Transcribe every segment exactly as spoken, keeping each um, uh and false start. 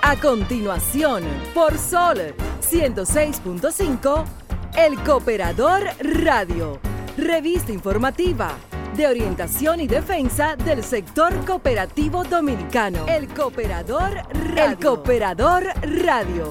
A continuación, por Sol ciento seis punto cinco, El Cooperador Radio, revista informativa de orientación y defensa del sector cooperativo dominicano. El Cooperador Radio. El Cooperador Radio.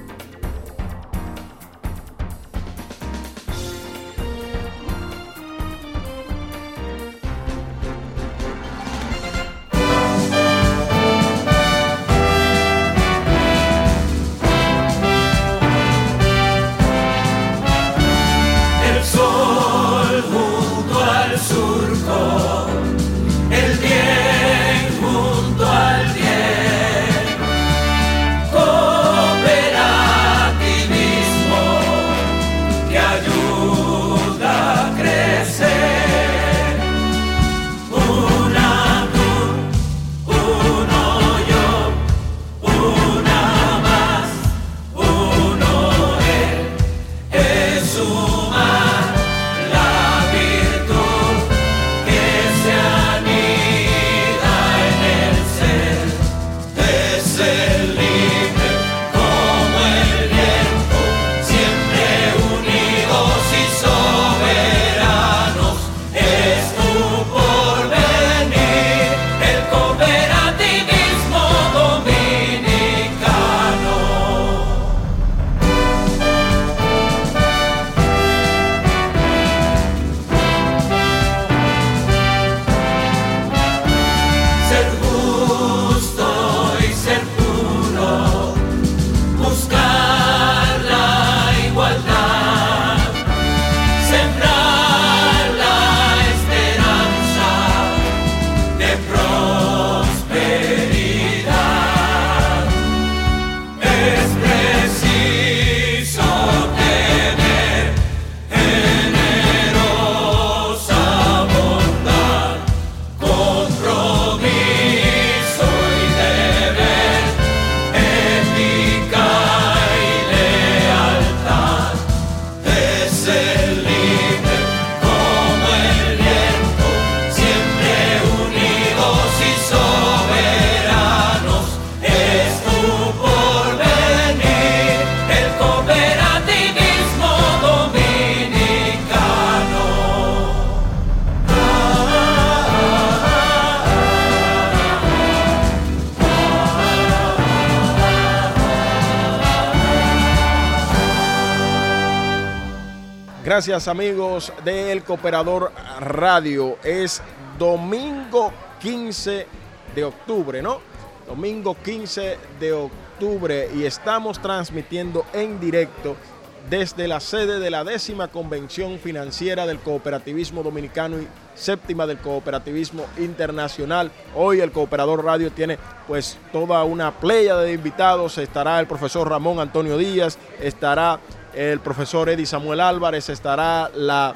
Gracias, amigos del Cooperador Radio. Es domingo quince de octubre, ¿no? Domingo quince de octubre y estamos transmitiendo en directo desde la sede de la décima Convención Financiera del Cooperativismo Dominicano y séptima del Cooperativismo Internacional. Hoy el Cooperador Radio tiene pues toda una playa de invitados. Estará el profesor Ramón Antonio Díaz, estará el profesor Eddie Samuel Álvarez, estará la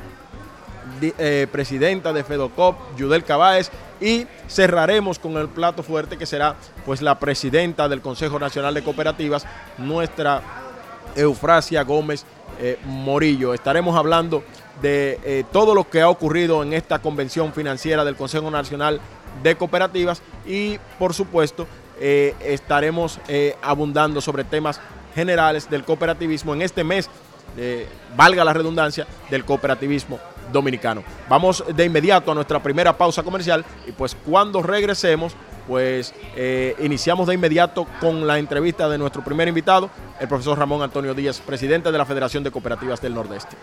eh, presidenta de FEDOCOP, Yudel Cabáez, y cerraremos con el plato fuerte que será pues la presidenta del Consejo Nacional de Cooperativas, nuestra Eufrasia Gómez eh, Morillo. Estaremos hablando de eh, todo lo que ha ocurrido en esta convención financiera del Consejo Nacional de Cooperativas y por supuesto eh, estaremos eh, abundando sobre temas generales del cooperativismo en este mes, eh, valga la redundancia, del cooperativismo dominicano. Vamos de inmediato a nuestra primera pausa comercial y pues cuando regresemos, pues eh, iniciamos de inmediato con la entrevista de nuestro primer invitado, el profesor Ramón Antonio Díaz, presidente de la Federación de Cooperativas del Nordeste.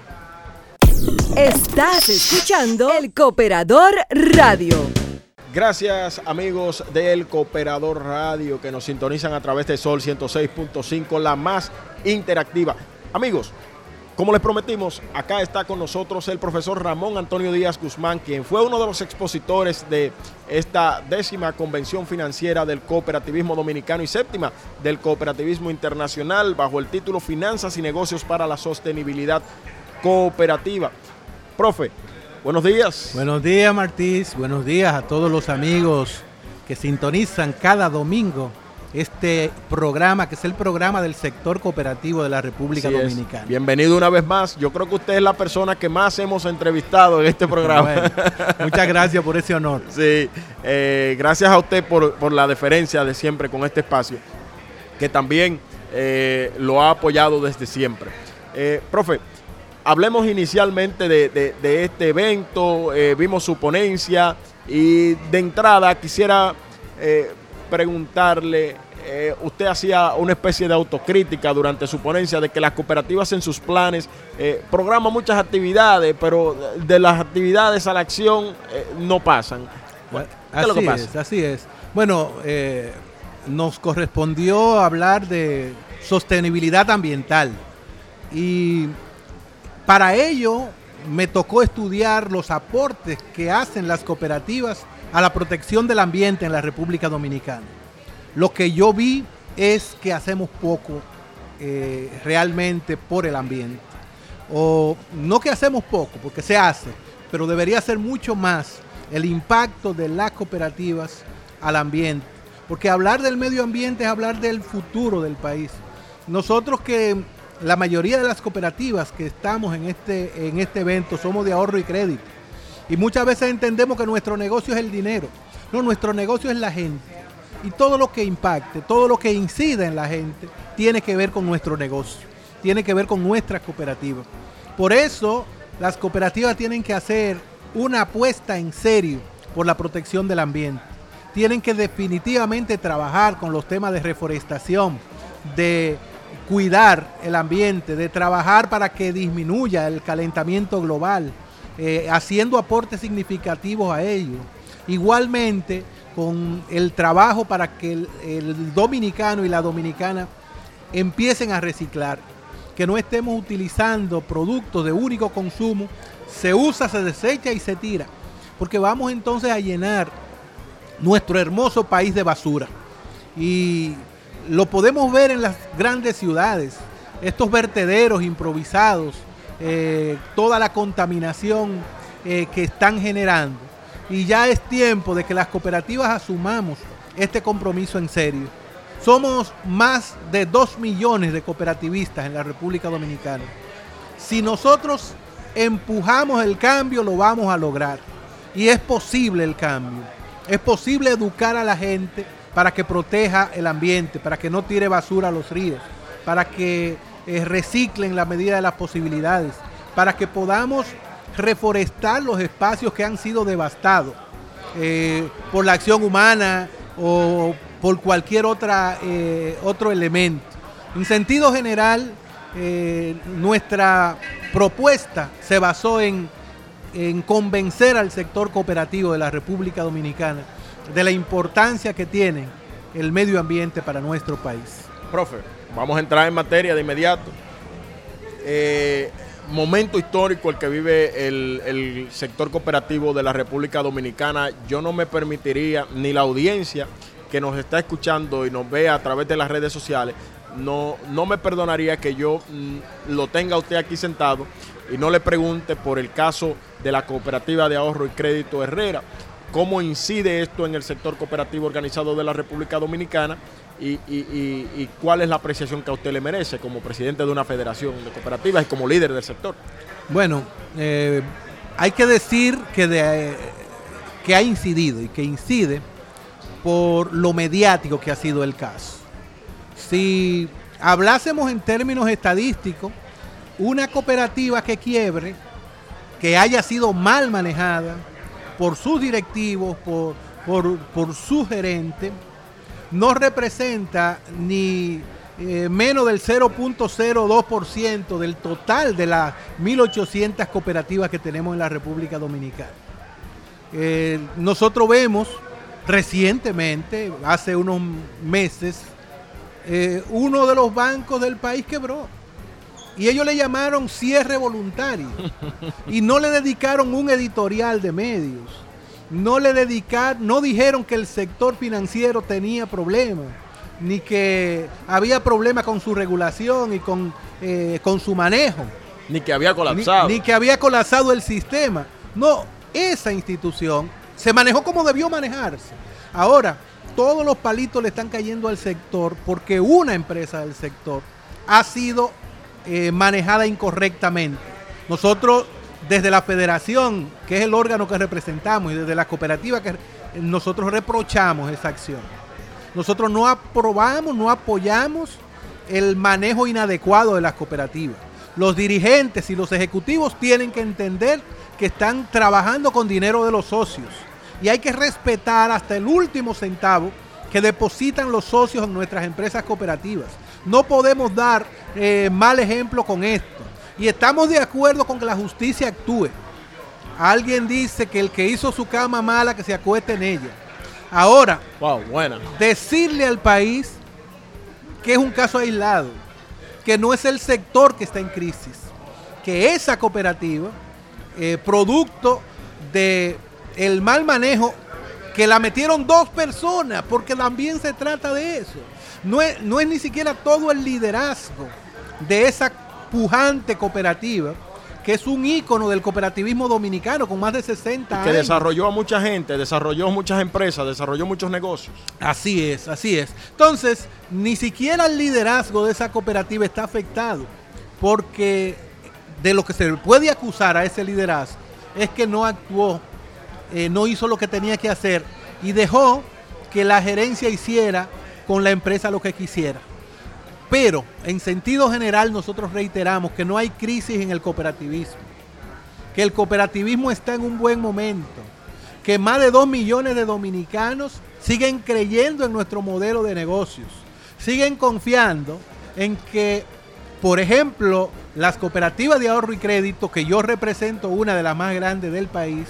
Estás escuchando El Cooperador Radio. Gracias, amigos del Cooperador Radio que nos sintonizan a través de Sol ciento seis punto cinco, la más interactiva. Amigos, como les prometimos, acá está con nosotros el profesor Ramón Antonio Díaz Guzmán, quien fue uno de los expositores de esta décima Convención Financiera del Cooperativismo Dominicano y séptima del Cooperativismo Internacional bajo el título Finanzas y Negocios para la Sostenibilidad Cooperativa. Profe, buenos días. Buenos días, Martís. Buenos días a todos los amigos que sintonizan cada domingo este programa, que es el programa del sector cooperativo de la República Así Dominicana. Es. Bienvenido una vez más. Yo creo que usted es la persona que más hemos entrevistado en este programa. Bueno, muchas gracias por ese honor. Sí, eh, gracias a usted por, por la deferencia de siempre con este espacio. que también eh, lo ha apoyado desde siempre. Eh, profe, hablemos inicialmente de, de, de este evento, eh, vimos su ponencia y de entrada quisiera eh, preguntarle, eh, usted hacía una especie de autocrítica durante su ponencia de que las cooperativas en sus planes eh, programan muchas actividades, pero de las actividades a la acción eh, no pasan. Bueno, ¿Qué es lo que pasa? Es, así es. Bueno, eh, nos correspondió hablar de sostenibilidad ambiental y para ello me tocó estudiar los aportes que hacen las cooperativas a la protección del ambiente en la República Dominicana. Lo que yo vi es que hacemos poco eh, realmente por el ambiente. O no que hacemos poco, porque se hace, pero debería ser mucho más el impacto de las cooperativas al ambiente. Porque hablar del medio ambiente es hablar del futuro del país. Nosotros que la mayoría de las cooperativas que estamos en este, en este evento somos de ahorro y crédito. Y muchas veces entendemos que nuestro negocio es el dinero. No, nuestro negocio es la gente. Y todo lo que impacte, todo lo que incida en la gente, tiene que ver con nuestro negocio, tiene que ver con nuestras cooperativas. Por eso, las cooperativas tienen que hacer una apuesta en serio por la protección del ambiente. Tienen que definitivamente trabajar con los temas de reforestación, de cuidar el ambiente, de trabajar para que disminuya el calentamiento global, eh, haciendo aportes significativos a ello. Igualmente, con el trabajo para que el, el dominicano y la dominicana empiecen a reciclar, que no estemos utilizando productos de único consumo, se usa, se desecha y se tira, porque vamos entonces a llenar nuestro hermoso país de basura. Y lo podemos ver en las grandes ciudades, estos vertederos improvisados, eh, toda la contaminación eh, que están generando. Y ya es tiempo de que las cooperativas asumamos este compromiso en serio. Somos más de dos millones de cooperativistas en la República Dominicana. Si nosotros empujamos el cambio, lo vamos a lograr. Y es posible el cambio. Es posible educar a la gente para que proteja el ambiente, para que no tire basura a los ríos, para que eh, reciclen la medida de las posibilidades, para que podamos reforestar los espacios que han sido devastados eh, por la acción humana o por cualquier otra, eh, otro elemento. En sentido general, eh, nuestra propuesta se basó en, en convencer al sector cooperativo de la República Dominicana de la importancia que tiene el medio ambiente para nuestro país. Profe, vamos a entrar en materia de inmediato. Eh, momento histórico el que vive el, el sector cooperativo de la República Dominicana. Yo no me permitiría, ni la audiencia que nos está escuchando y nos ve a través de las redes sociales, no, no me perdonaría que yo mm, lo tenga usted aquí sentado y no le pregunte por el caso de la Cooperativa de Ahorro y Crédito Herrera. ¿Cómo incide esto en el sector cooperativo organizado de la República Dominicana? Y, y, y, y cuál es la apreciación que a usted le merece como presidente de una federación de cooperativas y como líder del sector. Bueno, eh, hay que decir que, de, que ha incidido y que incide por lo mediático que ha sido el caso. Si hablásemos en términos estadísticos, una cooperativa que quiebre, que haya sido mal manejada por sus directivos, por, por, por su gerente, no representa ni eh, menos del cero punto cero dos por ciento del total de las mil ochocientas cooperativas que tenemos en la República Dominicana. Eh, nosotros vemos recientemente, hace unos meses, eh, uno de los bancos del país quebró y ellos le llamaron cierre voluntario y no le dedicaron un editorial de medios. No le dedicaron, no dijeron que el sector financiero tenía problemas, ni que había problemas con su regulación y con, eh, con su manejo. Ni que había colapsado. Ni, ni que había colapsado el sistema. No, esa institución se manejó como debió manejarse. Ahora, todos los palitos le están cayendo al sector porque una empresa del sector ha sido eh, manejada incorrectamente. Nosotros, desde la federación, que es el órgano que representamos, y desde la cooperativa, que nosotros reprochamos esa acción. nosotros no aprobamos, no apoyamos el manejo inadecuado de las cooperativas. Los dirigentes y los ejecutivos tienen que entender que están trabajando con dinero de los socios y hay que respetar hasta el último centavo que depositan los socios en nuestras empresas cooperativas. No podemos dar eh, mal ejemplo con esto y estamos de acuerdo con que la justicia actúe. Alguien dice que el que hizo su cama mala que se acueste en ella. Ahora, wow, buena. Decirle al país que es un caso aislado, que no es el sector que está en crisis, que esa cooperativa, eh, producto de el mal manejo, que la metieron dos personas, porque también se trata de eso. No es, no es ni siquiera todo el liderazgo de esa pujante cooperativa, que es un ícono del cooperativismo dominicano con más de sesenta años. Que desarrolló a mucha gente, desarrolló muchas empresas, desarrolló muchos negocios. Así es, así es. Entonces, ni siquiera el liderazgo de esa cooperativa está afectado, porque de lo que se puede acusar a ese liderazgo es que no actuó, eh, no hizo lo que tenía que hacer y dejó que la gerencia hiciera con la empresa lo que quisiera. Pero, en sentido general, nosotros reiteramos que no hay crisis en el cooperativismo, que el cooperativismo está en un buen momento, que más de dos millones de dominicanos siguen creyendo en nuestro modelo de negocios, siguen confiando en que, por ejemplo, las cooperativas de ahorro y crédito, que yo represento una de las más grandes del país,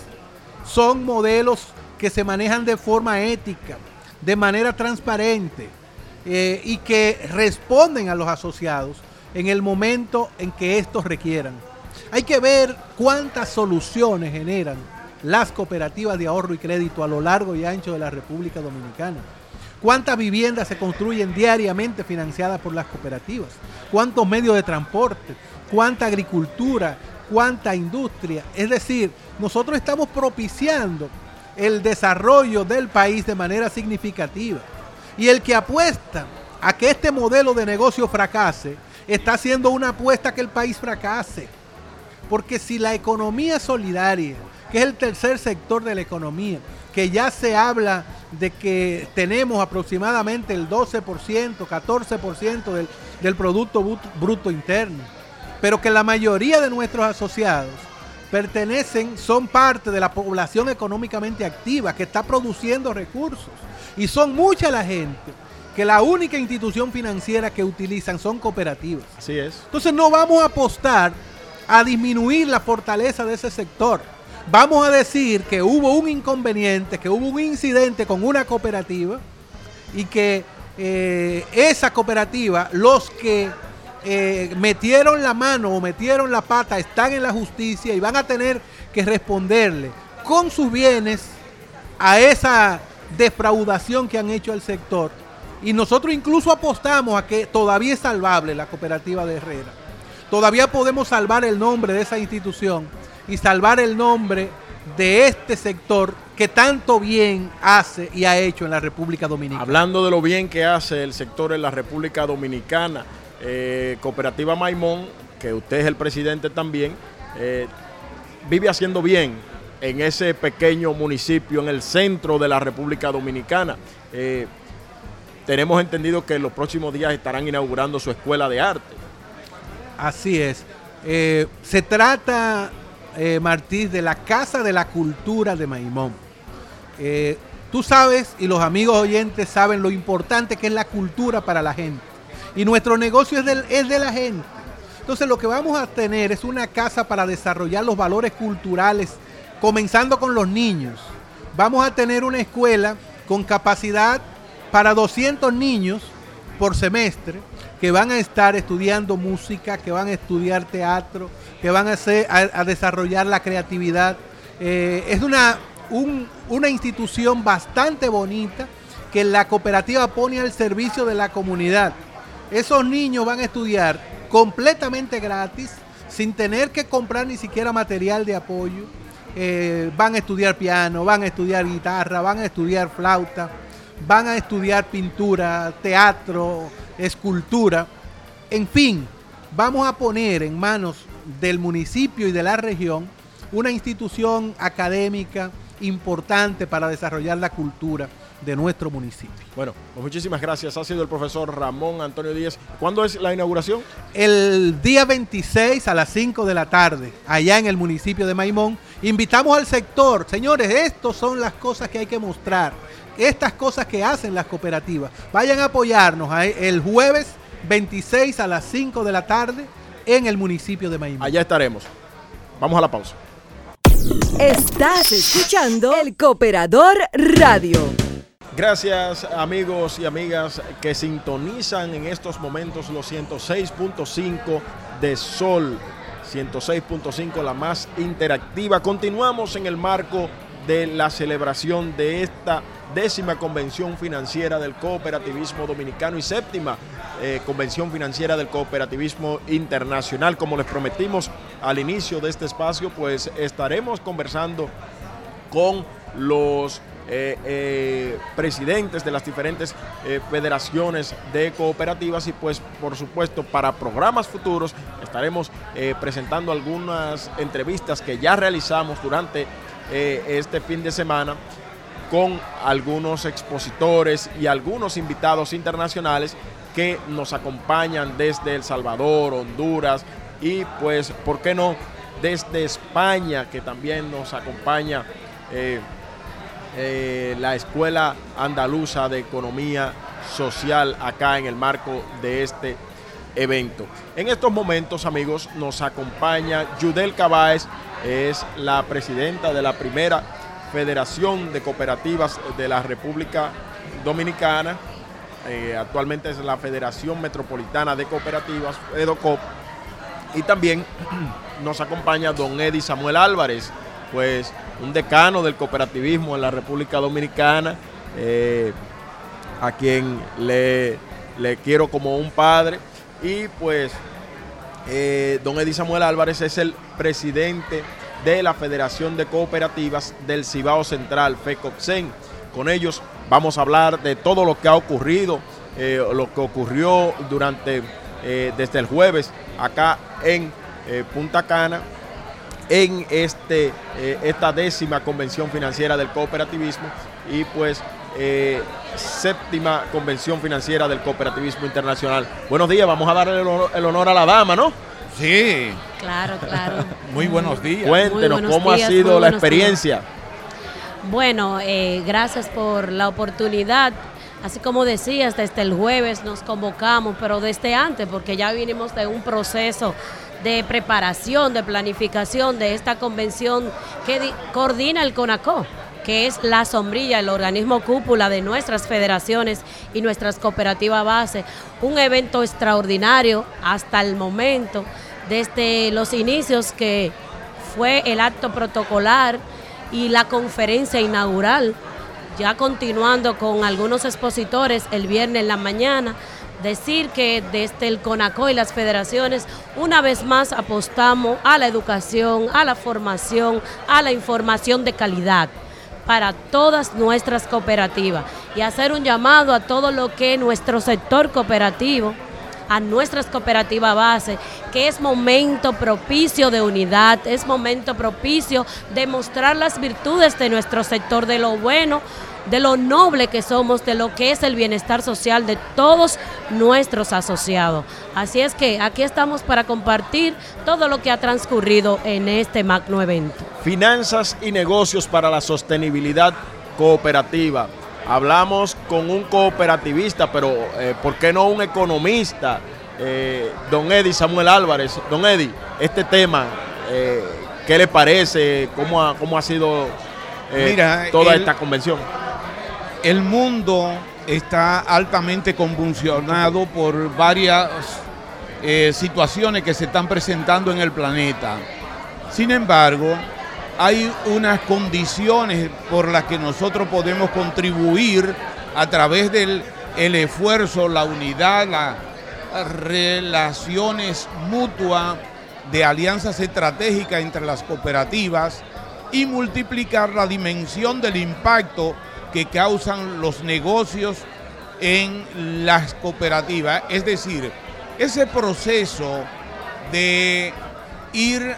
son modelos que se manejan de forma ética, de manera transparente, Eh, y que responden a los asociados en el momento en que estos requieran. Hay que ver cuántas soluciones generan las cooperativas de ahorro y crédito a lo largo y ancho de la República Dominicana. Cuántas viviendas se construyen diariamente financiadas por las cooperativas. Cuántos medios de transporte, cuánta agricultura, cuánta industria. Es decir, nosotros estamos propiciando el desarrollo del país de manera significativa. Y el que apuesta a que este modelo de negocio fracase, está haciendo una apuesta a que el país fracase. Porque si la economía solidaria, que es el tercer sector de la economía, que ya se habla de que tenemos aproximadamente el doce por ciento, catorce por ciento del, del Producto Bruto Interno, pero que la mayoría de nuestros asociados pertenecen, son parte de la población económicamente activa, que está produciendo recursos. Y son mucha la gente que la única institución financiera que utilizan son cooperativas. Así es. Entonces no vamos a apostar a disminuir la fortaleza de ese sector. Vamos a decir que hubo un inconveniente, que hubo un incidente con una cooperativa y que eh, esa cooperativa, los que eh, metieron la mano o metieron la pata, están en la justicia y van a tener que responderle con sus bienes a esa defraudación que han hecho al sector. Y nosotros incluso apostamos a que todavía es salvable la cooperativa de Herrera. Todavía podemos salvar el nombre de esa institución y salvar el nombre de este sector que tanto bien hace y ha hecho en la República Dominicana. Hablando de lo bien que hace el sector en la República Dominicana, eh, Cooperativa Maimón, que usted es el presidente también, eh, vive haciendo bien en ese pequeño municipio en el centro de la República Dominicana. Eh, tenemos entendido que en los próximos días estarán inaugurando su escuela de arte. Así es. Eh, se trata, eh, Martí, de la Casa de la Cultura de Maimón. Eh, tú sabes, y los amigos oyentes saben lo importante que es la cultura para la gente. Y nuestro negocio es, del, es de la gente. Entonces lo que vamos a tener es una casa para desarrollar los valores culturales, comenzando con los niños. Vamos a tener una escuela con capacidad para doscientos niños por semestre, que van a estar estudiando música, que van a estudiar teatro, que van a, hacer, a, a desarrollar la creatividad. Eh, es una, un, una institución bastante bonita que la cooperativa pone al servicio de la comunidad. Esos niños van a estudiar completamente gratis, sin tener que comprar ni siquiera material de apoyo. Eh, van a estudiar piano, van a estudiar guitarra, van a estudiar flauta, van a estudiar pintura, teatro, escultura. En fin, vamos a poner en manos del municipio y de la región una institución académica importante para desarrollar la cultura. de nuestro municipio. Bueno, pues muchísimas gracias. Ha sido el profesor Ramón Antonio Díez. ¿Cuándo es la inauguración? El día veintiséis a las cinco de la tarde, allá en el municipio de Maimón. Invitamos al sector. Señores, estas son las cosas que hay que mostrar. Estas cosas que hacen las cooperativas. Vayan a apoyarnos el jueves veintiséis a las cinco de la tarde en el municipio de Maimón. Allá estaremos. Vamos a la pausa. Estás escuchando El Cooperador Radio. Gracias, amigos y amigas que sintonizan en estos momentos los ciento seis punto cinco de Sol, ciento seis punto cinco, la más interactiva. Continuamos en el marco de la celebración de esta décima Convención Financiera del Cooperativismo Dominicano y séptima eh, Convención Financiera del Cooperativismo Internacional. Como les prometimos al inicio de este espacio, pues estaremos conversando con los eh, eh, presidentes de las diferentes eh, federaciones de cooperativas y pues por supuesto para programas futuros estaremos eh, presentando algunas entrevistas que ya realizamos durante eh, este fin de semana con algunos expositores y algunos invitados internacionales que nos acompañan desde El Salvador, Honduras y pues, ¿por qué no?, desde España, que también nos acompaña eh, eh, la Escuela Andaluza de Economía Social acá en el marco de este evento. En estos momentos, amigos, nos acompaña Yudel Cabáez, es la presidenta de la primera Federación de Cooperativas de la República Dominicana, eh, actualmente es la Federación Metropolitana de Cooperativas, EDOCOP, y también nos acompaña don Eddie Samuel Álvarez, pues un decano del cooperativismo en la República Dominicana, eh, a quien le, le quiero como un padre, y pues eh, don Eddie Samuel Álvarez es el presidente de la Federación de Cooperativas del Cibao Central, FECOPCEN. Con ellos vamos a hablar de todo lo que ha ocurrido, eh, lo que ocurrió durante, eh, desde el jueves acá en eh, Punta Cana, en este, eh, esta décima Convención Financiera del Cooperativismo y pues eh, séptima Convención Financiera del Cooperativismo Internacional. Buenos días, vamos a darle el honor, el honor a la dama, ¿no? Sí. Claro, claro. Muy buenos días. Cuéntenos buenos cómo días, ha sido la buenos experiencia. días. Bueno, eh, gracias por la oportunidad. Así como decías, desde el jueves nos convocamos, pero desde antes, porque ya vinimos de un proceso de preparación, de planificación de esta convención que di- coordina el CONACO, que es la sombrilla, el organismo cúpula de nuestras federaciones y nuestras cooperativas base. Un evento extraordinario hasta el momento, desde los inicios que fue el acto protocolar y la conferencia inaugural, ya continuando con algunos expositores el viernes en la mañana. Decir que desde el CONACO y las federaciones una vez más apostamos a la educación, a la formación, a la información de calidad para todas nuestras cooperativas y hacer un llamado a todo lo que nuestro sector cooperativo, a nuestras cooperativas base, que es momento propicio de unidad, es momento propicio de mostrar las virtudes de nuestro sector, de lo bueno, de lo noble que somos, de lo que es el bienestar social de todos nuestros asociados. Así es que aquí estamos para compartir todo lo que ha transcurrido en este magno evento. Finanzas y negocios para la sostenibilidad cooperativa. Hablamos con un cooperativista, pero eh, ¿por qué no un economista? Eh, don Eddie Samuel Álvarez. Don Eddie, este tema, eh, ¿qué le parece? ¿Cómo ha, cómo ha sido eh, Mira, toda el, esta convención? El mundo está altamente convulsionado por varias eh, situaciones que se están presentando en el planeta. Sin embargo, hay unas condiciones por las que nosotros podemos contribuir a través del el esfuerzo, la unidad, las relaciones mutuas de alianzas estratégicas entre las cooperativas y multiplicar la dimensión del impacto que causan los negocios en las cooperativas. Es decir, ese proceso de ir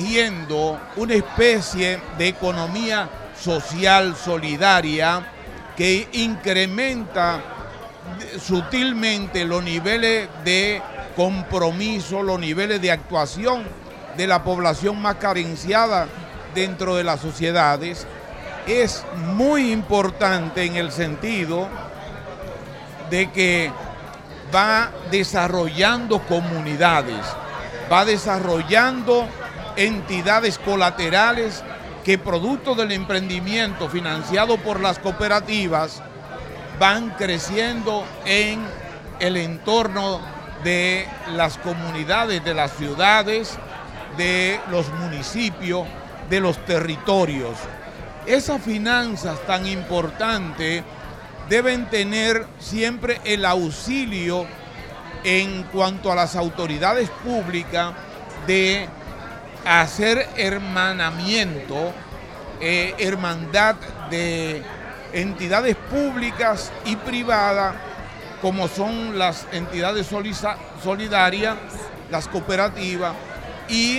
tejiendo una especie de economía social solidaria que incrementa sutilmente los niveles de compromiso, los niveles de actuación de la población más carenciada dentro de las sociedades, es muy importante en el sentido de que va desarrollando comunidades, va desarrollando entidades colaterales que, producto del emprendimiento financiado por las cooperativas, van creciendo en el entorno de las comunidades, de las ciudades, de los municipios, de los territorios. Esas finanzas tan importantes deben tener siempre el auxilio en cuanto a las autoridades públicas de hacer hermanamiento, eh, hermandad de entidades públicas y privadas, como son las entidades solidarias, las cooperativas, y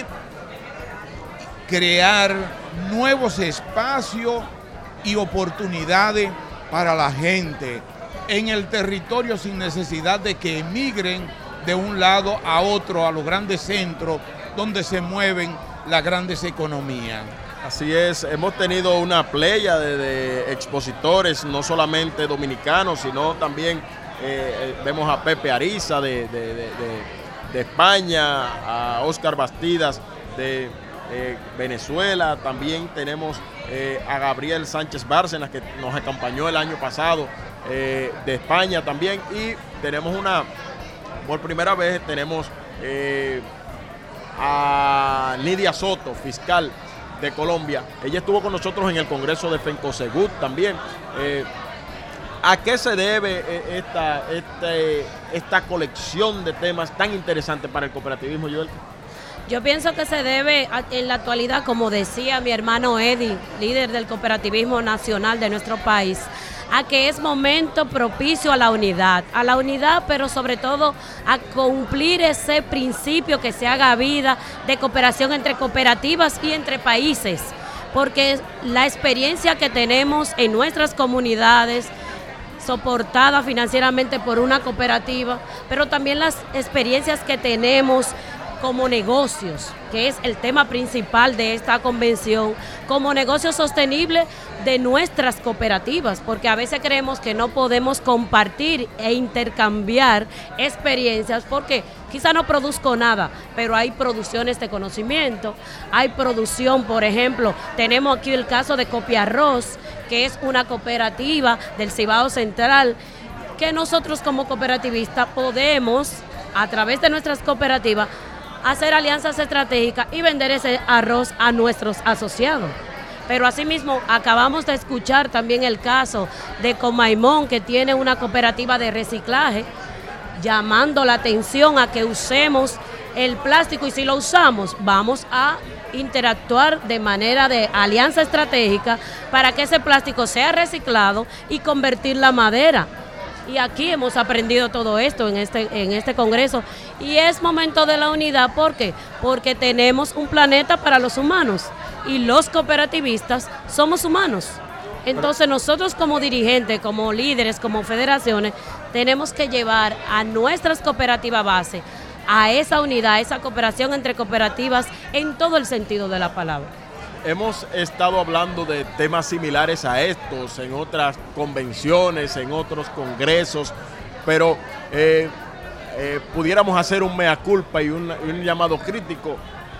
crear nuevos espacios y oportunidades para la gente en el territorio sin necesidad de que emigren de un lado a otro, a los grandes centros donde se mueven las grandes economías. Así es, hemos tenido una playa de, de expositores, no solamente dominicanos, sino también eh, vemos a Pepe Ariza de, de, de, de, de España, a Oscar Bastidas de eh, Venezuela, también tenemos eh, a Gabriel Sánchez Bárcenas, que nos acompañó el año pasado, eh, de España también, y tenemos una, por primera vez tenemos eh, a Lidia Soto, fiscal de Colombia. Ella estuvo con nosotros en el Congreso de FENCOSEGUT también. Eh, ¿A qué se debe esta, este, esta colección de temas tan interesantes para el cooperativismo, Joel? Yo pienso que se debe en la actualidad, como decía mi hermano Eddie, líder del cooperativismo nacional de nuestro país, a que es momento propicio a la unidad, a la unidad, pero sobre todo a cumplir ese principio que se haga vida de cooperación entre cooperativas y entre países, porque la experiencia que tenemos en nuestras comunidades, soportada financieramente por una cooperativa, pero también las experiencias que tenemos como negocios, que es el tema principal de esta convención, como negocios sostenibles de nuestras cooperativas, porque a veces creemos que no podemos compartir e intercambiar experiencias porque quizá no produzco nada, pero hay producciones de conocimiento, hay producción, por ejemplo, tenemos aquí el caso de Copiarroz, que es una cooperativa del Cibao Central, que nosotros como cooperativistas podemos, a través de nuestras cooperativas, hacer alianzas estratégicas y vender ese arroz a nuestros asociados. Pero asimismo, acabamos de escuchar también el caso de Comaimón, que tiene una cooperativa de reciclaje, llamando la atención a que usemos el plástico, y si lo usamos, vamos a interactuar de manera de alianza estratégica para que ese plástico sea reciclado y convertir la madera. Y aquí hemos aprendido todo esto en este, en este congreso, y es momento de la unidad. ¿Por qué? Porque tenemos un planeta para los humanos y los cooperativistas somos humanos. Entonces nosotros como dirigentes, como líderes, como federaciones, tenemos que llevar a nuestras cooperativas base a esa unidad, a esa cooperación entre cooperativas en todo el sentido de la palabra. Hemos estado hablando de temas similares a estos en otras convenciones, en otros congresos, pero eh, eh, pudiéramos hacer un mea culpa y un, y un llamado crítico.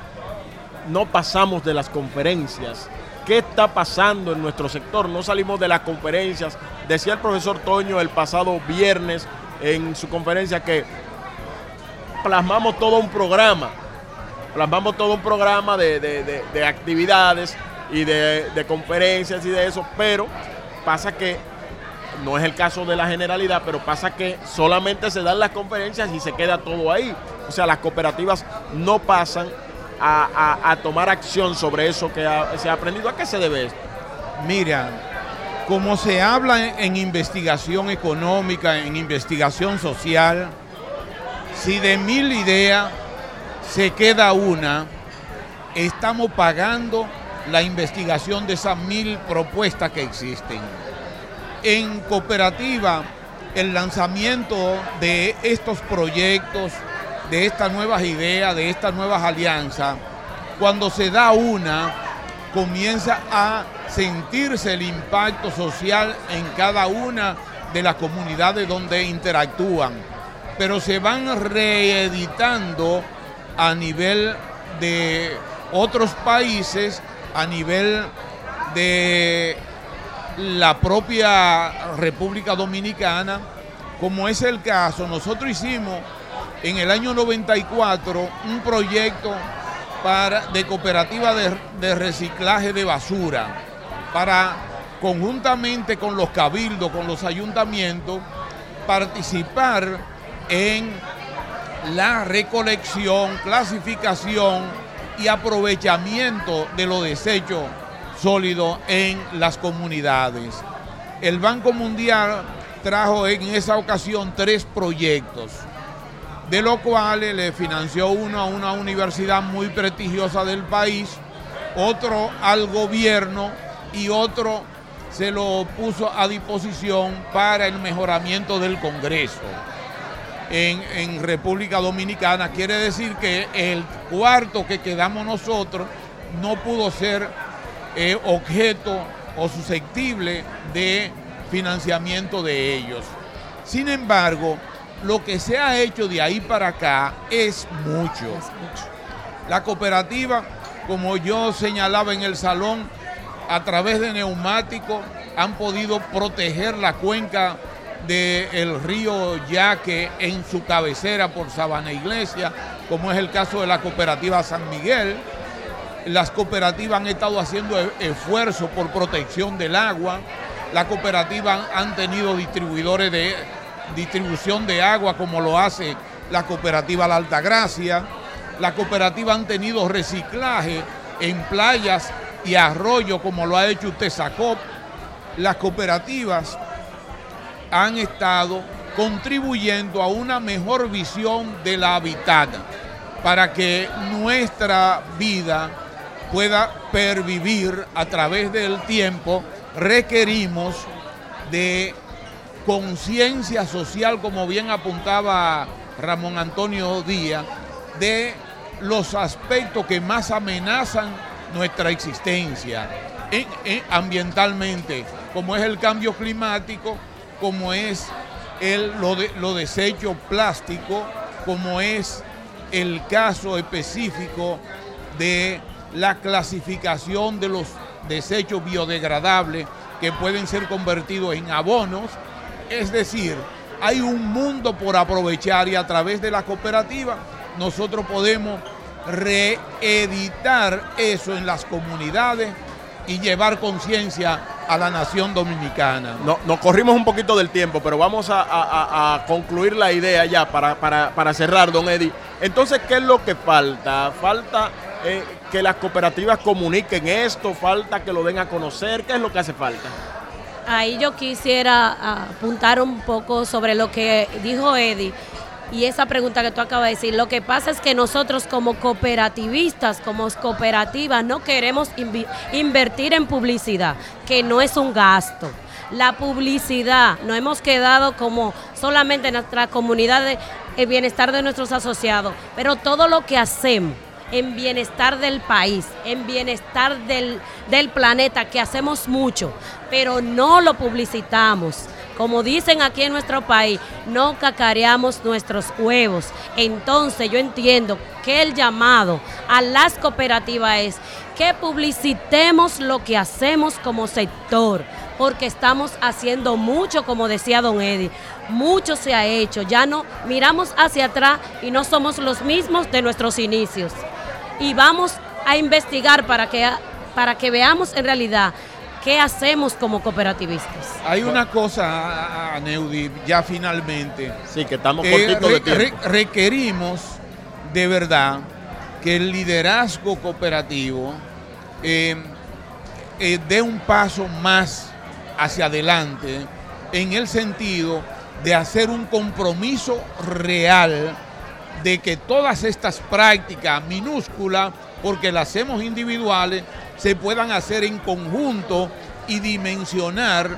No pasamos de las conferencias. ¿Qué está pasando en nuestro sector? No salimos de las conferencias. Decía el profesor Toño el pasado viernes en su conferencia que plasmamos todo un programa. Plasmamos todo un programa de, de, de, de actividades y de, de conferencias y de eso, pero pasa que, no es el caso de la generalidad, pero pasa que solamente se dan las conferencias y se queda todo ahí. O sea, las cooperativas no pasan a, a, a tomar acción sobre eso que ha, se ha aprendido. ¿A qué se debe esto? Mira, como se habla en, en investigación económica, en investigación social, si de mil ideas se queda una, estamos pagando la investigación de esas mil propuestas que existen. en cooperativa el lanzamiento de estos proyectos, de estas nuevas ideas, de estas nuevas alianzas, cuando se da una, comienza a sentirse el impacto social en cada una de las comunidades donde interactúan, pero se van reeditando a nivel de otros países, a nivel de la propia República Dominicana, como es el caso. Nosotros hicimos en el año noventa y cuatro un proyecto para, de cooperativa de, de reciclaje de basura, para conjuntamente con los cabildos, con los ayuntamientos, participar en la recolección, clasificación y aprovechamiento de los desechos sólidos en las comunidades. El Banco Mundial trajo en esa ocasión tres proyectos, de los cuales le financió uno a una universidad muy prestigiosa del país, otro al gobierno y otro se lo puso a disposición para el mejoramiento del Congreso en, en República Dominicana. Quiere decir que el cuarto que quedamos nosotros no pudo ser eh, objeto o susceptible de financiamiento de ellos. Sin embargo, lo que se ha hecho de ahí para acá es mucho. La cooperativa, como yo señalaba en el salón, a través de neumáticos han podido proteger la cuenca del río Yaque en su cabecera por Sabana Iglesia, como es el caso de la cooperativa San Miguel. Las cooperativas han estado haciendo esfuerzos por protección del agua. Las cooperativas han tenido distribuidores de distribución de agua, como lo hace la cooperativa La Altagracia. Las cooperativas han tenido reciclaje en playas y arroyos, como lo ha hecho Utesacop. Las cooperativas han estado contribuyendo a una mejor visión de la hábitat para que nuestra vida pueda pervivir a través del tiempo. Requerimos de conciencia social, como bien apuntaba Ramón Antonio Díaz, de los aspectos que más amenazan nuestra existencia en, en, ambientalmente, como es el cambio climático, como es el, lo, de, lo desecho plástico, como es el caso específico de la clasificación de los desechos biodegradables que pueden ser convertidos en abonos. Es decir, hay un mundo por aprovechar y a través de la cooperativa nosotros podemos reeditar eso en las comunidades y llevar conciencia a la nación dominicana. No, nos corrimos un poquito del tiempo, pero vamos a, a, a concluir la idea ya para, para, para cerrar, don Eddie. Entonces, ¿qué es lo que falta? ¿Falta eh, que las cooperativas comuniquen esto? ¿Falta que lo den a conocer? ¿Qué es lo que hace falta? Ahí yo quisiera apuntar un poco sobre lo que dijo Eddie y esa pregunta que tú acabas de decir. Lo que pasa es que nosotros como cooperativistas, como cooperativas, no queremos inv- invertir en publicidad, que no es un gasto. La publicidad, nos hemos quedado como solamente en nuestra comunidad, de, el bienestar de nuestros asociados, pero todo lo que hacemos en bienestar del país, en bienestar del, del planeta, que hacemos mucho, pero no lo publicitamos. Como dicen aquí en nuestro país, no cacareamos nuestros huevos. Entonces yo entiendo que el llamado a las cooperativas es que publicitemos lo que hacemos como sector, porque estamos haciendo mucho, como decía don Eddie, mucho se ha hecho, ya no miramos hacia atrás y no somos los mismos de nuestros inicios. Y vamos a investigar para que, para que veamos en realidad qué hacemos como cooperativistas. Hay una cosa, Neudi, ya finalmente. Sí, que estamos eh, cortitos re, de tiempo. Re, requerimos de verdad que el liderazgo cooperativo eh, eh, dé un paso más hacia adelante en el sentido de hacer un compromiso real de que todas estas prácticas minúsculas, porque las hacemos individuales, se puedan hacer en conjunto y dimensionar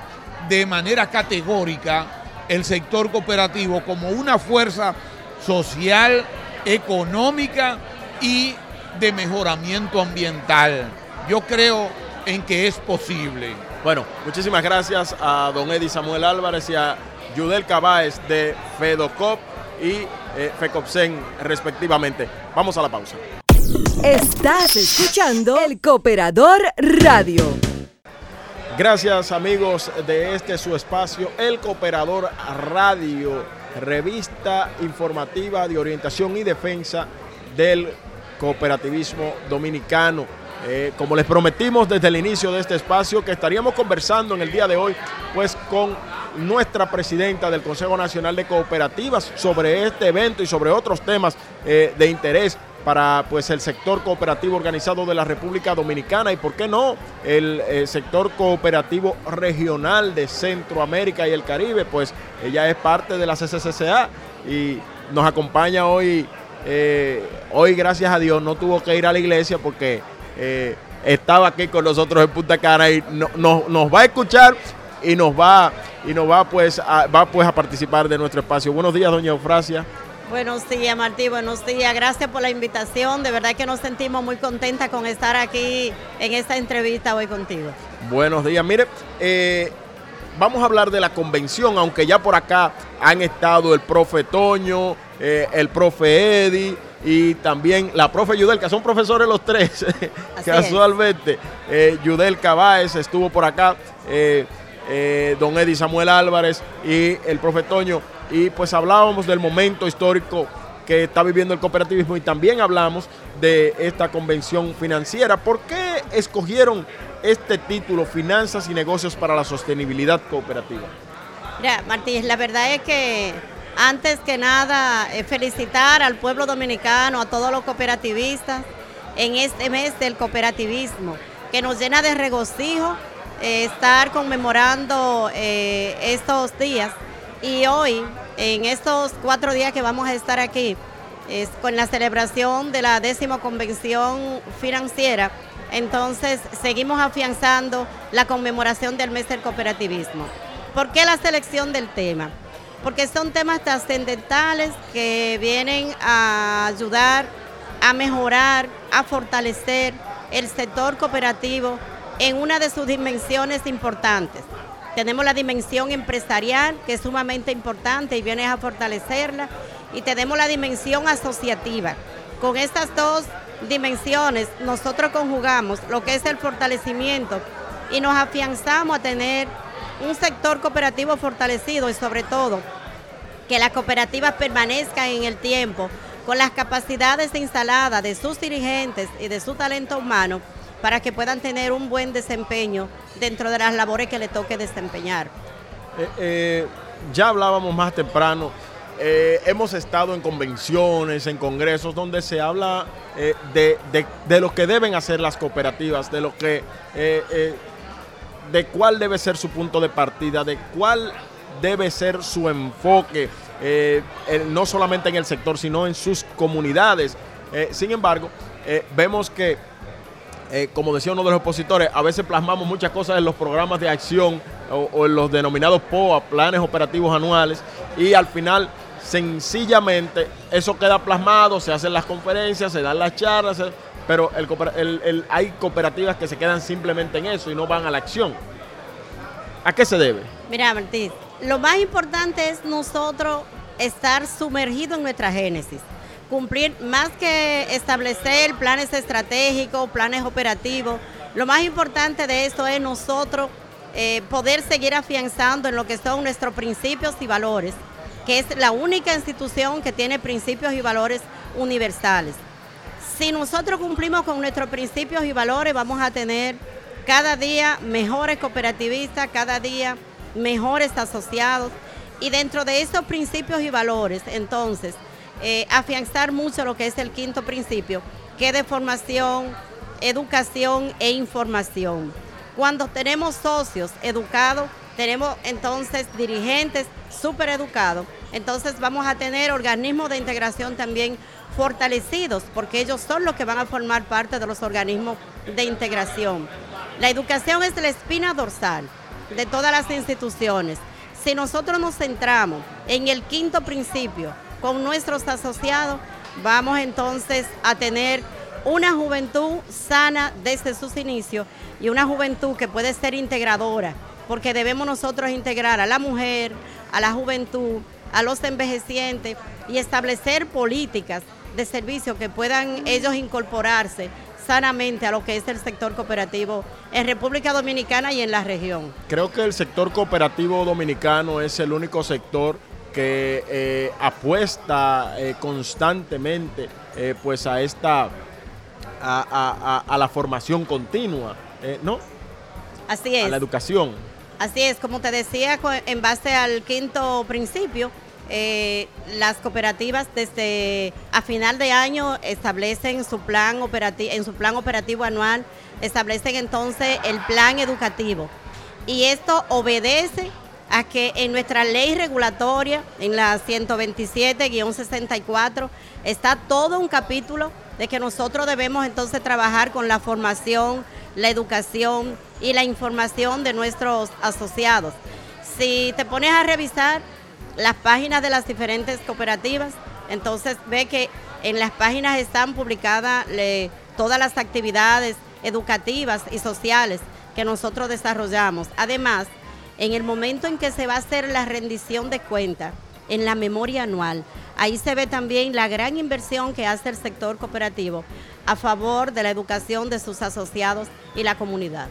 de manera categórica el sector cooperativo como una fuerza social, económica y de mejoramiento ambiental. Yo creo en que es posible. Bueno, muchísimas gracias a don Eddie Samuel Álvarez y a Yudel Cabáez de FEDOCOP y eh, FECOPSEN respectivamente. Vamos a la pausa. Estás escuchando El Cooperador Radio. Gracias, amigos de este su espacio, El Cooperador Radio, revista informativa de orientación y defensa del cooperativismo dominicano. Eh, como les prometimos desde el inicio de este espacio, que estaríamos conversando en el día de hoy pues con nuestra presidenta del Consejo Nacional de Cooperativas sobre este evento y sobre otros temas eh, de interés para pues el sector cooperativo organizado de la República Dominicana y por qué no el, el sector cooperativo regional de Centroamérica y el Caribe. Pues ella es parte de la C C C C A y nos acompaña hoy. Eh, hoy, gracias a Dios, no tuvo que ir a la iglesia porque eh, estaba aquí con nosotros en Punta Cana y no, no, nos va a escuchar y nos va y nos va pues a, va pues a participar de nuestro espacio. Buenos días, doña Eufrasia. Buenos días, Martí, buenos días. Gracias por la invitación. De verdad que nos sentimos muy contentas con estar aquí en esta entrevista hoy contigo. Buenos días. Mire, eh, vamos a hablar de la convención, aunque ya por acá han estado el profe Toño, eh, el profe Eddie y también la profe Yudel, que son profesores los tres, casualmente. Eh, Yudel Cabáez estuvo por acá, eh, eh, don Eddie Samuel Álvarez y el profe Toño. Y pues hablábamos del momento histórico que está viviendo el cooperativismo y también hablamos de esta convención financiera. ¿Por qué escogieron este título, Finanzas y Negocios para la Sostenibilidad Cooperativa? Mira, Martín, la verdad es que antes que nada eh, felicitar al pueblo dominicano, a todos los cooperativistas en este mes del cooperativismo, que nos llena de regocijo eh, estar conmemorando eh, estos días. Y hoy, en estos cuatro días que vamos a estar aquí, es con la celebración de la décima convención financiera, entonces seguimos afianzando la conmemoración del mes del cooperativismo. ¿Por qué la selección del tema? Porque son temas trascendentales que vienen a ayudar a mejorar, a fortalecer el sector cooperativo en una de sus dimensiones importantes. Tenemos la dimensión empresarial, que es sumamente importante y viene a fortalecerla, y tenemos la dimensión asociativa. Con estas dos dimensiones nosotros conjugamos lo que es el fortalecimiento y nos afianzamos a tener un sector cooperativo fortalecido y sobre todo que las cooperativas permanezcan en el tiempo con las capacidades instaladas de sus dirigentes y de su talento humano para que puedan tener un buen desempeño dentro de las labores que le toque desempeñar. Eh, eh, ya hablábamos más temprano, eh, hemos estado en convenciones, en congresos, donde se habla eh, de, de, de lo que deben hacer las cooperativas, de lo que, eh, eh, de cuál debe ser su punto de partida, de cuál debe ser su enfoque, eh, eh, no solamente en el sector, sino en sus comunidades. Eh, sin embargo, eh, vemos que Eh, como decía uno de los opositores, a veces plasmamos muchas cosas en los programas de acción o, o en los denominados P O A, planes operativos anuales, y al final sencillamente eso queda plasmado, se hacen las conferencias, se dan las charlas, pero el, el, el, hay cooperativas que se quedan simplemente en eso y no van a la acción. ¿A qué se debe? Mira, Martín, lo más importante es nosotros estar sumergidos en nuestra génesis. Cumplir, más que establecer planes estratégicos, planes operativos, lo más importante de esto es nosotros eh, poder seguir afianzando en lo que son nuestros principios y valores, que es la única institución que tiene principios y valores universales. Si nosotros cumplimos con nuestros principios y valores, vamos a tener cada día mejores cooperativistas, cada día mejores asociados, y dentro de esos principios y valores, entonces, Eh, afianzar mucho lo que es el quinto principio, que es de formación, educación e información. Cuando tenemos socios educados, tenemos entonces dirigentes súper educados, entonces vamos a tener organismos de integración también fortalecidos, porque ellos son los que van a formar parte de los organismos de integración. La educación es la espina dorsal de todas las instituciones. Si nosotros nos centramos en el quinto principio con nuestros asociados, vamos entonces a tener una juventud sana desde sus inicios y una juventud que puede ser integradora, porque debemos nosotros integrar a la mujer, a la juventud, a los envejecientes y establecer políticas de servicio que puedan ellos incorporarse sanamente a lo que es el sector cooperativo en República Dominicana y en la región. Creo que el sector cooperativo dominicano es el único sector que eh, apuesta eh, constantemente eh, pues a esta a, a, a, a la formación continua, eh, ¿no? Así es. A la educación. Así es, como te decía, en base al quinto principio, eh, las cooperativas desde a final de año establecen su plan operativo, en su plan operativo anual, establecen entonces el plan educativo. Y esto obedece a que en nuestra ley regulatoria, en la ciento veintisiete guión sesenta y cuatro, está todo un capítulo de que nosotros debemos entonces trabajar con la formación, la educación y la información de nuestros asociados. Si te pones a revisar las páginas de las diferentes cooperativas, entonces ve que en las páginas están publicadas le, todas las actividades educativas y sociales que nosotros desarrollamos. Además, en el momento en que se va a hacer la rendición de cuentas, en la memoria anual, ahí se ve también la gran inversión que hace el sector cooperativo a favor de la educación de sus asociados y la comunidad.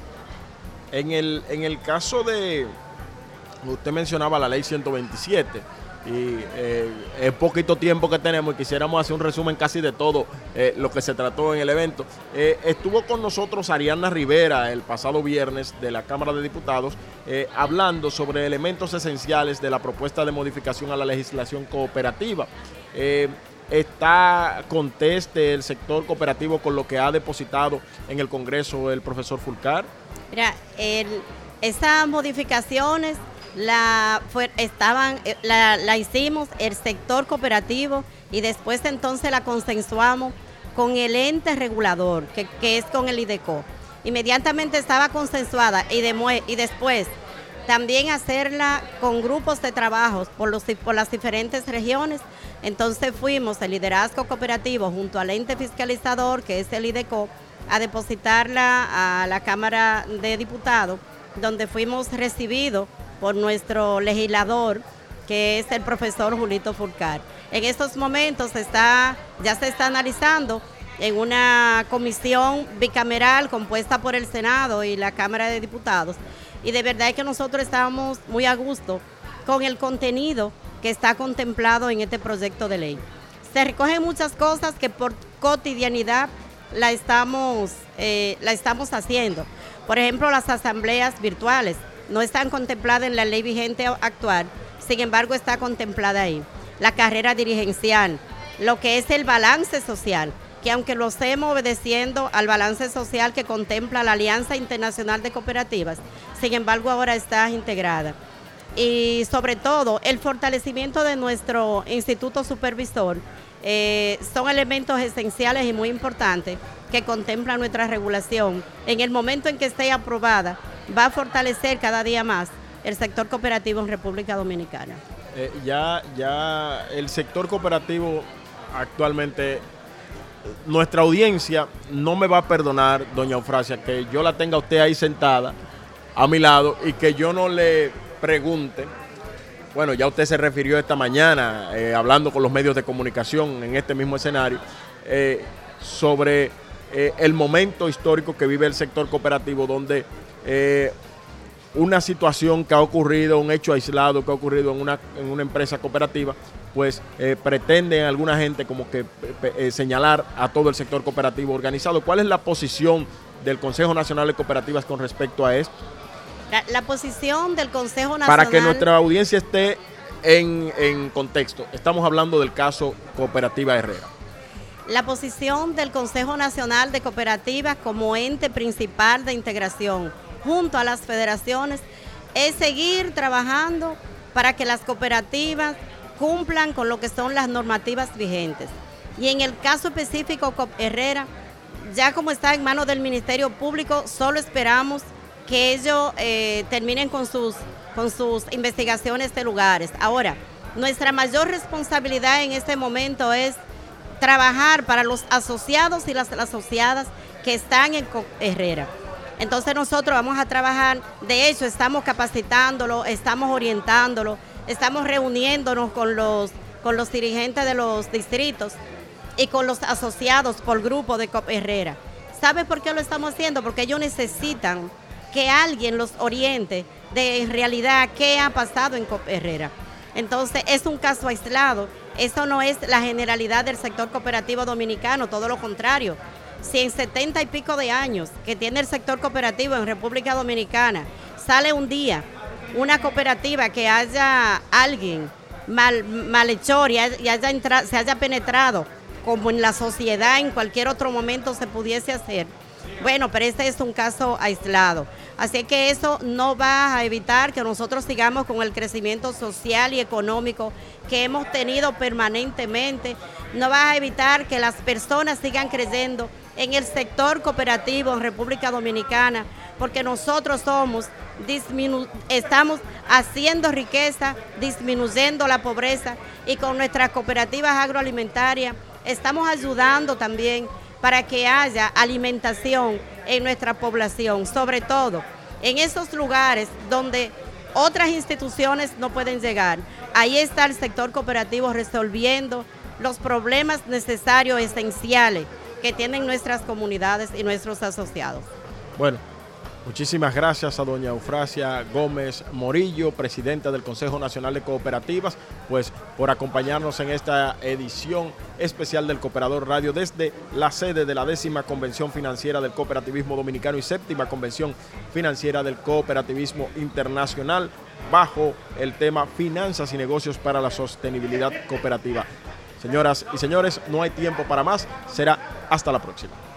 En el, en el caso de, usted mencionaba la ley ciento veintisiete, y eh, es poquito tiempo que tenemos y quisiéramos hacer un resumen casi de todo eh, lo que se trató en el evento. Eh, estuvo con nosotros Ariana Rivera el pasado viernes de la Cámara de Diputados eh, hablando sobre elementos esenciales de la propuesta de modificación a la legislación cooperativa. Eh, ¿Está conteste el sector cooperativo con lo que ha depositado en el Congreso el profesor Fulcar? Mira, el, esas modificaciones la, fue, estaban, la, la hicimos el sector cooperativo y después entonces la consensuamos con el ente regulador, que, que es con el IDECO. Inmediatamente estaba consensuada y, de, y después también hacerla con grupos de trabajos por, los, por las diferentes regiones. Entonces fuimos el liderazgo cooperativo junto al ente fiscalizador, que es el IDECO, a depositarla a la Cámara de Diputados, donde fuimos recibidos por nuestro legislador, que es el profesor Julito Fulcar. En estos momentos está, ya se está analizando en una comisión bicameral compuesta por el Senado y la Cámara de Diputados, y de verdad es que nosotros estamos muy a gusto con el contenido que está contemplado en este proyecto de ley. Se recogen muchas cosas que por cotidianidad la estamos, eh, la estamos haciendo. Por ejemplo, las asambleas virtuales no están contempladas en la ley vigente actual, sin embargo está contemplada ahí. La carrera dirigencial, lo que es el balance social, que aunque lo hacemos obedeciendo al balance social que contempla la Alianza Internacional de Cooperativas, sin embargo ahora está integrada. Y sobre todo el fortalecimiento de nuestro instituto supervisor eh, son elementos esenciales y muy importantes que contempla nuestra regulación. En el momento en que esté aprobada, va a fortalecer cada día más el sector cooperativo en República Dominicana. Eh, ya, ya el sector cooperativo actualmente, nuestra audiencia no me va a perdonar, doña Eufrasia, que yo la tenga a usted ahí sentada a mi lado y que yo no le pregunte. Bueno, ya usted se refirió esta mañana, eh, hablando con los medios de comunicación en este mismo escenario, eh, sobre eh, el momento histórico que vive el sector cooperativo, donde eh, una situación que ha ocurrido, un hecho aislado que ha ocurrido en una, en una empresa cooperativa, pues eh, pretenden alguna gente como que eh, señalar a todo el sector cooperativo organizado. ¿Cuál es la posición del Consejo Nacional de Cooperativas con respecto a esto? La, la posición del Consejo Nacional... Para que nuestra audiencia esté en, en contexto, estamos hablando del caso Cooperativa Herrera. La posición del Consejo Nacional de Cooperativas como ente principal de integración junto a las federaciones es seguir trabajando para que las cooperativas cumplan con lo que son las normativas vigentes. Y en el caso específico Coop Herrera, ya como está en manos del Ministerio Público, solo esperamos que ellos eh, terminen con sus, con sus investigaciones de lugares. Ahora, nuestra mayor responsabilidad en este momento es trabajar para los asociados y las asociadas que están en COP Herrera. Entonces nosotros vamos a trabajar, de hecho estamos capacitándolo, estamos orientándolo, estamos reuniéndonos con los, con los dirigentes de los distritos y con los asociados por grupo de COP Herrera. ¿Sabe por qué lo estamos haciendo? Porque ellos necesitan que alguien los oriente de en realidad qué ha pasado en COP Herrera. Entonces es un caso aislado, eso no es la generalidad del sector cooperativo dominicano, todo lo contrario. Si en setenta y pico de años que tiene el sector cooperativo en República Dominicana, sale un día una cooperativa que haya alguien mal, malhechor y haya, y haya entra, se haya penetrado, como en la sociedad en cualquier otro momento se pudiese hacer, bueno, pero este es un caso aislado. Así que eso no va a evitar que nosotros sigamos con el crecimiento social y económico que hemos tenido permanentemente. No va a evitar que las personas sigan creyendo en el sector cooperativo en República Dominicana, porque nosotros somos, disminu- estamos haciendo riqueza, disminuyendo la pobreza, y con nuestras cooperativas agroalimentarias estamos ayudando también para que haya alimentación en nuestra población, sobre todo en esos lugares donde otras instituciones no pueden llegar. Ahí está el sector cooperativo resolviendo los problemas necesarios, esenciales, que tienen nuestras comunidades y nuestros asociados. Bueno, muchísimas gracias a doña Eufrasia Gómez Morillo, presidenta del Consejo Nacional de Cooperativas, pues por acompañarnos en esta edición especial del Cooperador Radio desde la sede de la décima Convención Financiera del Cooperativismo Dominicano y séptima Convención Financiera del Cooperativismo Internacional, bajo el tema Finanzas y Negocios para la Sostenibilidad Cooperativa. Señoras y señores, no hay tiempo para más, será hasta la próxima.